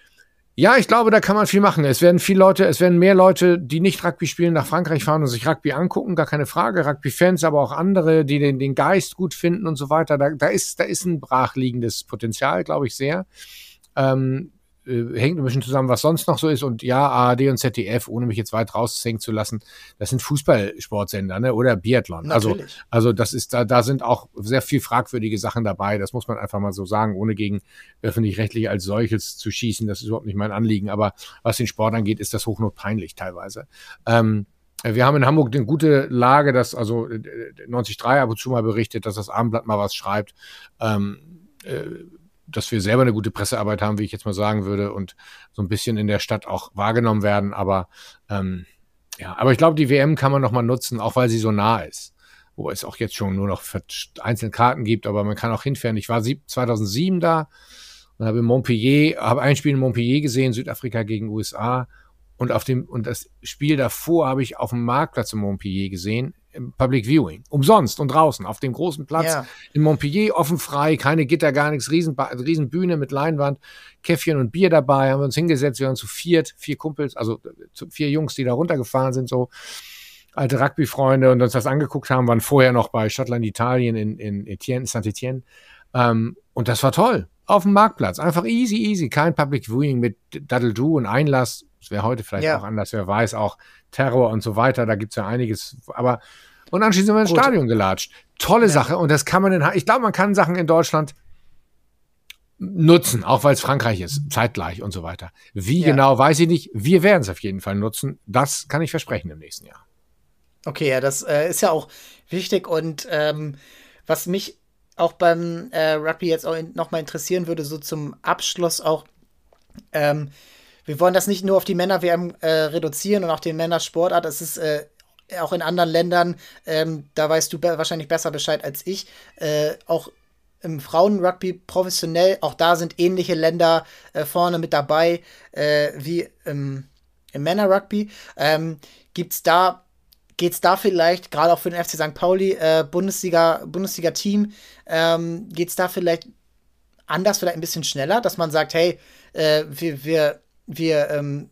Ja, ich glaube, da kann man viel machen. Es werden viele Leute, es werden mehr Leute, die nicht Rugby spielen, nach Frankreich fahren und sich Rugby angucken, gar keine Frage. Rugby-Fans, aber auch andere, die den, den Geist gut finden und so weiter. Da, da ist, da ist ein brachliegendes Potenzial, glaube ich, sehr. Ähm, äh, hängt ein bisschen zusammen, was sonst noch so ist. Und ja, A R D und Z D F, ohne mich jetzt weit raushängen zu lassen, das sind Fußballsportsender, ne? Oder Biathlon. Also, also das ist, da, da sind auch sehr viel fragwürdige Sachen dabei. Das muss man einfach mal so sagen, ohne gegen öffentlich-rechtlich als solches zu schießen. Das ist überhaupt nicht mein Anliegen. Aber was den Sport angeht, ist das hochnotpeinlich teilweise. Ähm, Wir haben in Hamburg eine gute Lage, dass also neunzig Komma drei ab und zu mal berichtet, dass das Abendblatt mal was schreibt, ähm, äh, dass wir selber eine gute Pressearbeit haben, wie ich jetzt mal sagen würde, und so ein bisschen in der Stadt auch wahrgenommen werden. Aber ähm, ja, aber ich glaube, die W M kann man noch mal nutzen, auch weil sie so nah ist. Wo es auch jetzt schon nur noch einzelne Karten gibt, aber man kann auch hinfahren. Ich war zweitausendsieben da und habe in Montpellier, habe ein Spiel in Montpellier gesehen, Südafrika gegen U S A. Und auf dem, und das Spiel davor habe ich auf dem Marktplatz in Montpellier gesehen, im Public Viewing. Umsonst und draußen, auf dem großen Platz ja. in Montpellier, offen frei, keine Gitter, gar nichts, riesen, riesen Bühne mit Leinwand, Käffchen und Bier dabei, haben wir uns hingesetzt, wir waren zu viert, vier Kumpels, also vier Jungs, die da runtergefahren sind, so alte Rugby-Freunde und uns das angeguckt haben, waren vorher noch bei Schottland, Italien, in, in Etienne, Saint-Etienne. Ähm, und das war toll. Auf dem Marktplatz. Einfach easy, easy. Kein Public Viewing mit Daddle-Do und Einlass. Das wäre heute vielleicht ja. auch anders. Wer weiß, auch Terror und so weiter. Da gibt's ja einiges. Aber, und anschließend sind wir ins Gut. Stadion gelatscht. Tolle ja. Sache. Und das kann man in, ich glaube, man kann Sachen in Deutschland nutzen, auch weil es Frankreich ist, zeitgleich und so weiter. Wie ja. genau, weiß ich nicht. Wir werden es auf jeden Fall nutzen. Das kann ich versprechen im nächsten Jahr. Okay, ja, das äh, ist ja auch wichtig. Und ähm, was mich auch beim äh, Rugby jetzt auch in, noch mal interessieren würde, so zum Abschluss auch, ähm, wir wollen das nicht nur auf die Männer-W M äh, reduzieren und auch den Männersportart, es ist äh, auch in anderen Ländern, ähm, da weißt du be- wahrscheinlich besser Bescheid als ich, äh, auch im Frauen-Rugby professionell, auch da sind ähnliche Länder äh, vorne mit dabei, äh, wie im, im Männer-Rugby. Ähm, gibt's da Geht's da vielleicht, gerade auch für den F C Sankt Pauli, äh, Bundesliga, Bundesliga-Team, ähm, geht's da vielleicht anders, vielleicht ein bisschen schneller, dass man sagt, hey, äh, wir, wir, wir, ähm,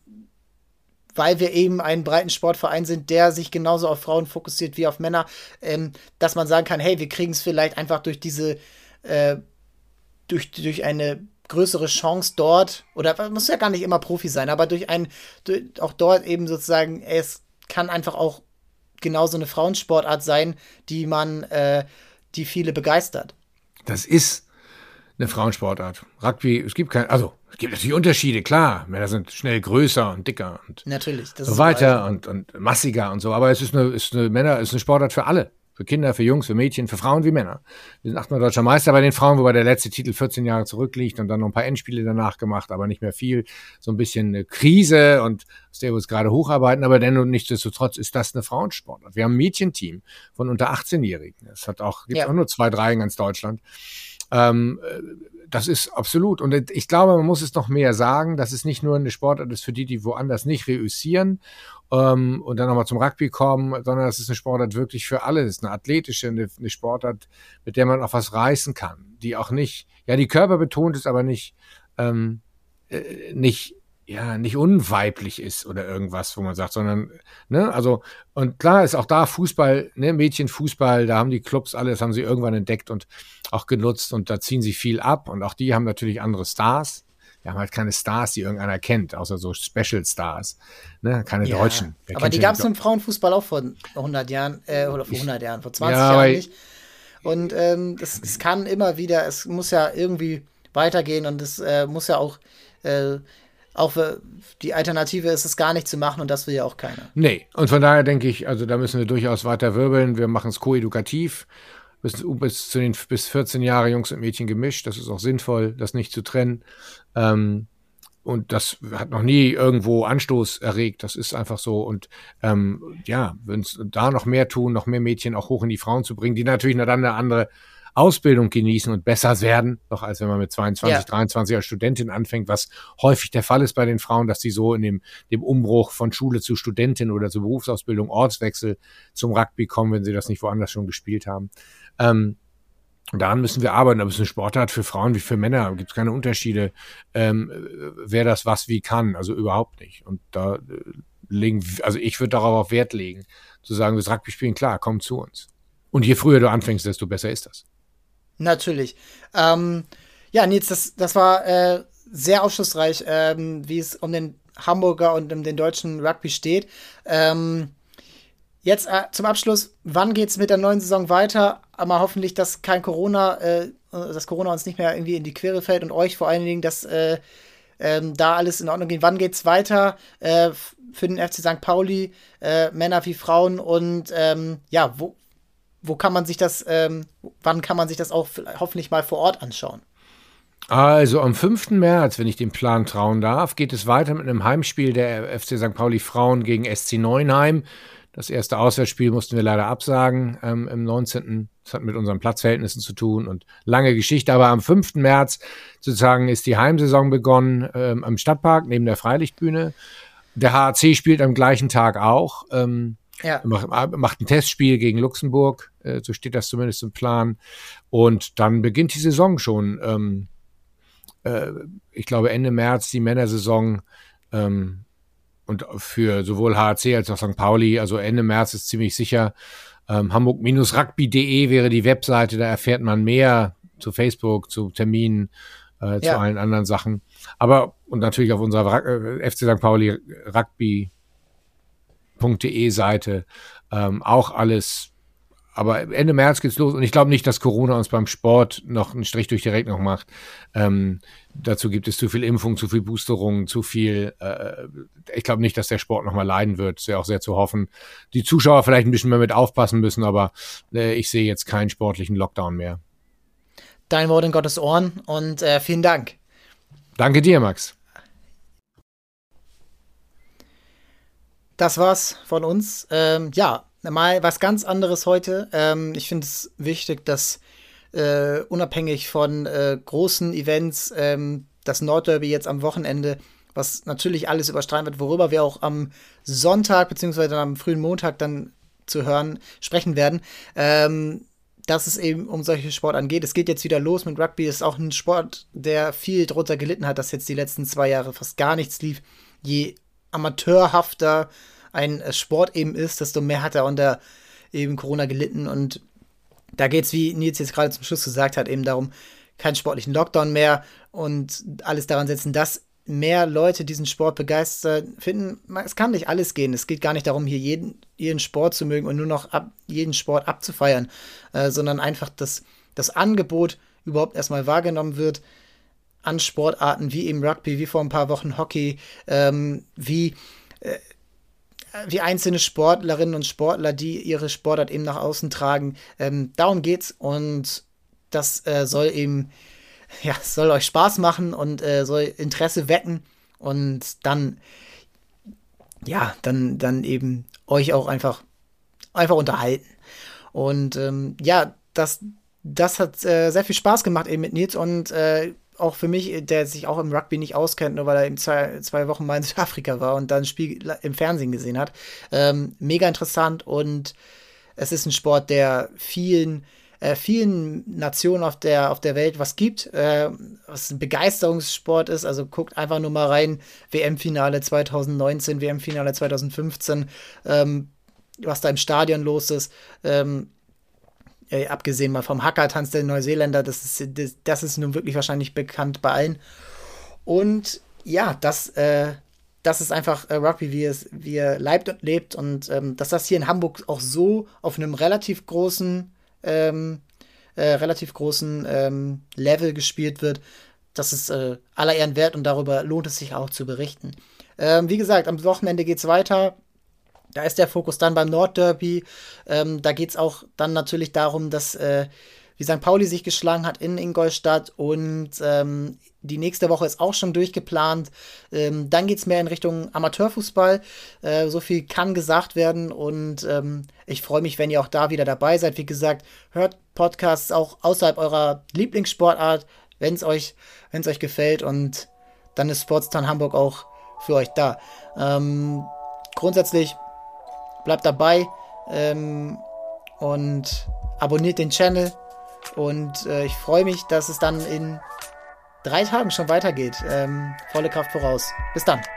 weil wir eben ein breiten Sportverein sind, der sich genauso auf Frauen fokussiert wie auf Männer, ähm, dass man sagen kann, hey, wir kriegen es vielleicht einfach durch diese, äh, durch, durch eine größere Chance dort, oder muss ja gar nicht immer Profi sein, aber durch ein, durch, auch dort eben sozusagen, es kann einfach auch genauso eine Frauensportart sein, die man, äh, die viele begeistert. Das ist eine Frauensportart. Rugby, es gibt kein, also es gibt natürlich Unterschiede, klar. Männer sind schnell größer und dicker und natürlich, das so ist weiter und, und massiger und so. Aber es ist eine, ist eine Männer, ist eine Sportart für alle. Für Kinder, für Jungs, für Mädchen, für Frauen wie Männer. Wir sind achtmal deutscher Meister bei den Frauen, wobei der letzte Titel vierzehn Jahre zurückliegt und dann noch ein paar Endspiele danach gemacht, aber nicht mehr viel. So ein bisschen eine Krise und aus der wir uns gerade hocharbeiten, aber dennoch nichtsdestotrotz ist das eine Frauensportart. Wir haben ein Mädchenteam von unter achtzehnjährigen. Es hat auch, gibt's ja. auch nur zwei, drei in ganz Deutschland. Ähm, das ist absolut. Und ich glaube, man muss es noch mehr sagen, dass es nicht nur eine Sportart ist für die, die woanders nicht reüssieren ähm, und dann nochmal zum Rugby kommen, sondern es ist eine Sportart wirklich für alle. Es ist eine athletische, eine, eine Sportart, mit der man auch was reißen kann, die auch nicht, ja, die körperbetont ist, aber nicht, ähm, äh, nicht, ja, nicht unweiblich ist oder irgendwas, wo man sagt, sondern, ne, also, und klar ist auch da Fußball, ne, Mädchenfußball, da haben die Clubs alle, das haben sie irgendwann entdeckt und auch genutzt und da ziehen sie viel ab und auch die haben natürlich andere Stars. Wir haben halt keine Stars, die irgendeiner kennt, außer so Special Stars, ne, keine ja, Deutschen. Wer aber die gab es im Frauenfußball auch vor hundert Jahren, äh, oder vor hundert Jahren, vor zwanzig ja, Jahren nicht. Und ähm, das, das kann immer wieder, es muss ja irgendwie weitergehen und es äh, muss ja auch äh, Auch für die Alternative ist es gar nicht zu machen und das will ja auch keiner. Nee, und von daher denke ich, also da müssen wir durchaus weiter wirbeln. Wir machen es koedukativ, bis, bis zu den bis vierzehn Jahre Jungs und Mädchen gemischt. Das ist auch sinnvoll, das nicht zu trennen. Ähm, und das hat noch nie irgendwo Anstoß erregt. Das ist einfach so. Und ähm, ja, wenn es da noch mehr tun, noch mehr Mädchen auch hoch in die Frauen zu bringen, die natürlich dann eine andere Ausbildung genießen und besser werden, noch als wenn man mit zweiundzwanzig, ja. dreiundzwanzig als Studentin anfängt, was häufig der Fall ist bei den Frauen, dass die so in dem, dem Umbruch von Schule zu Studentin oder zur Berufsausbildung, Ortswechsel zum Rugby kommen, wenn sie das nicht woanders schon gespielt haben. Ähm, daran müssen wir arbeiten, aber es ist eine Sportart für Frauen wie für Männer, gibt es keine Unterschiede, ähm, wer das was wie kann, also überhaupt nicht. Und da äh, legen, also ich würde darauf Wert legen, zu sagen, das Rugby spielen, klar, komm zu uns. Und je früher du anfängst, desto besser ist das. Natürlich. Ähm, ja, Nils, das, das war äh, sehr aufschlussreich, ähm, wie es um den Hamburger und um den deutschen Rugby steht. Ähm, jetzt äh, zum Abschluss, wann geht's mit der neuen Saison weiter? Aber hoffentlich, dass kein Corona, äh, dass Corona uns nicht mehr irgendwie in die Quere fällt und euch vor allen Dingen, dass äh, ähm, da alles in Ordnung geht. Wann geht's weiter äh, für den F C Sankt Pauli, äh, Männer wie Frauen und ähm, ja, wo, wo kann man sich das, ähm, wann kann man sich das auch hoffentlich mal vor Ort anschauen? Also am fünften März, wenn ich dem Plan trauen darf, geht es weiter mit einem Heimspiel der F C Sankt Pauli Frauen gegen S C Neuenheim. Das erste Auswärtsspiel mussten wir leider absagen ähm, im neunzehnten Das hat mit unseren Platzverhältnissen zu tun und lange Geschichte. Aber am fünften März sozusagen ist die Heimsaison begonnen ähm, am Stadtpark neben der Freilichtbühne. Der H A C spielt am gleichen Tag auch. Ähm, ja. macht, macht ein Testspiel gegen Luxemburg. Äh, so steht das zumindest im Plan. Und dann beginnt die Saison schon. Ähm, äh, ich glaube Ende März die Männersaison. Ähm, Und für sowohl H A C als auch Sankt Pauli, also Ende März ist ziemlich sicher. Ähm, Hamburg Rugby punkt de wäre die Webseite, da erfährt man mehr zu Facebook, zu Terminen, äh, ja. zu allen anderen Sachen. Aber, und natürlich auf unserer äh, F C Sankt Pauli Rugby punkt de Seite ähm, auch alles. Aber Ende März geht's los und ich glaube nicht, dass Corona uns beim Sport noch einen Strich durch die Rechnung macht. Ähm, dazu gibt es zu viel Impfung, zu viel Boosterung, zu viel. Äh, ich glaube nicht, dass der Sport nochmal leiden wird. Ist ja auch sehr zu hoffen. Die Zuschauer vielleicht ein bisschen mehr mit aufpassen müssen, aber äh, ich sehe jetzt keinen sportlichen Lockdown mehr. Dein Wort in Gottes Ohren und äh, vielen Dank. Danke dir, Max. Das war's von uns. Ähm, ja. Mal was ganz anderes heute. Ähm, ich finde es wichtig, dass äh, unabhängig von äh, großen Events ähm, das Nordderby jetzt am Wochenende, was natürlich alles überstrahlen wird, worüber wir auch am Sonntag beziehungsweise am frühen Montag dann zu hören, sprechen werden, ähm, dass es eben um solche Sportarten geht. Es geht jetzt wieder los mit Rugby. Es ist auch ein Sport, der viel drunter gelitten hat, dass jetzt die letzten zwei Jahre fast gar nichts lief. Je amateurhafter ein Sport eben ist, desto mehr hat er unter eben Corona gelitten. Und da geht es, wie Nils jetzt gerade zum Schluss gesagt hat, eben darum, keinen sportlichen Lockdown mehr und alles daran setzen, dass mehr Leute diesen Sport begeistert finden. Es kann nicht alles gehen. Es geht gar nicht darum, hier jeden, jeden Sport zu mögen und nur noch ab, jeden Sport abzufeiern, äh, sondern einfach, dass das Angebot überhaupt erstmal wahrgenommen wird an Sportarten wie eben Rugby, wie vor ein paar Wochen Hockey, ähm, wie äh, wie einzelne Sportlerinnen und Sportler, die ihre Sportart eben nach außen tragen. Ähm, darum geht's und das äh, soll eben, ja, soll euch Spaß machen und äh, soll Interesse wecken und dann, ja, dann, dann eben euch auch einfach, einfach unterhalten. Und ähm, ja, das, das hat äh, sehr viel Spaß gemacht eben mit Nils und äh, auch für mich, der sich auch im Rugby nicht auskennt, nur weil er eben zwei, zwei Wochen mal in Südafrika war und dann ein Spiel im Fernsehen gesehen hat. Ähm, mega interessant und es ist ein Sport, der vielen, äh, vielen Nationen auf der, auf der Welt was gibt, äh, was ein Begeisterungssport ist. Also guckt einfach nur mal rein, W M-Finale zwanzig neunzehn, W M-Finale zwanzig fünfzehn, ähm, was da im Stadion los ist. Ähm, Äh, abgesehen mal vom Hackertanz der Neuseeländer, das ist, das, das ist nun wirklich wahrscheinlich bekannt bei allen. Und ja, das, äh, das ist einfach äh, Rugby, wie es, wie er leibt und lebt. Und ähm, dass das hier in Hamburg auch so auf einem relativ großen, ähm, äh, relativ großen ähm, Level gespielt wird, das ist äh, aller Ehren wert und darüber lohnt es sich auch zu berichten. Ähm, wie gesagt, am Wochenende geht's weiter. Da ist der Fokus dann beim Nordderby. Ähm, da geht es auch dann natürlich darum, dass äh, wie Sankt Pauli sich geschlagen hat in Ingolstadt und ähm, die nächste Woche ist auch schon durchgeplant. Ähm, dann geht es mehr in Richtung Amateurfußball. Äh, so viel kann gesagt werden und ähm, ich freue mich, wenn ihr auch da wieder dabei seid. Wie gesagt, hört Podcasts auch außerhalb eurer Lieblingssportart, wenn es euch, wenn's euch gefällt und dann ist Sportstown Hamburg auch für euch da. Ähm, grundsätzlich bleibt dabei ähm, und abonniert den Channel und äh, ich freue mich, dass es dann in drei Tagen schon weitergeht. Ähm, volle Kraft voraus. Bis dann.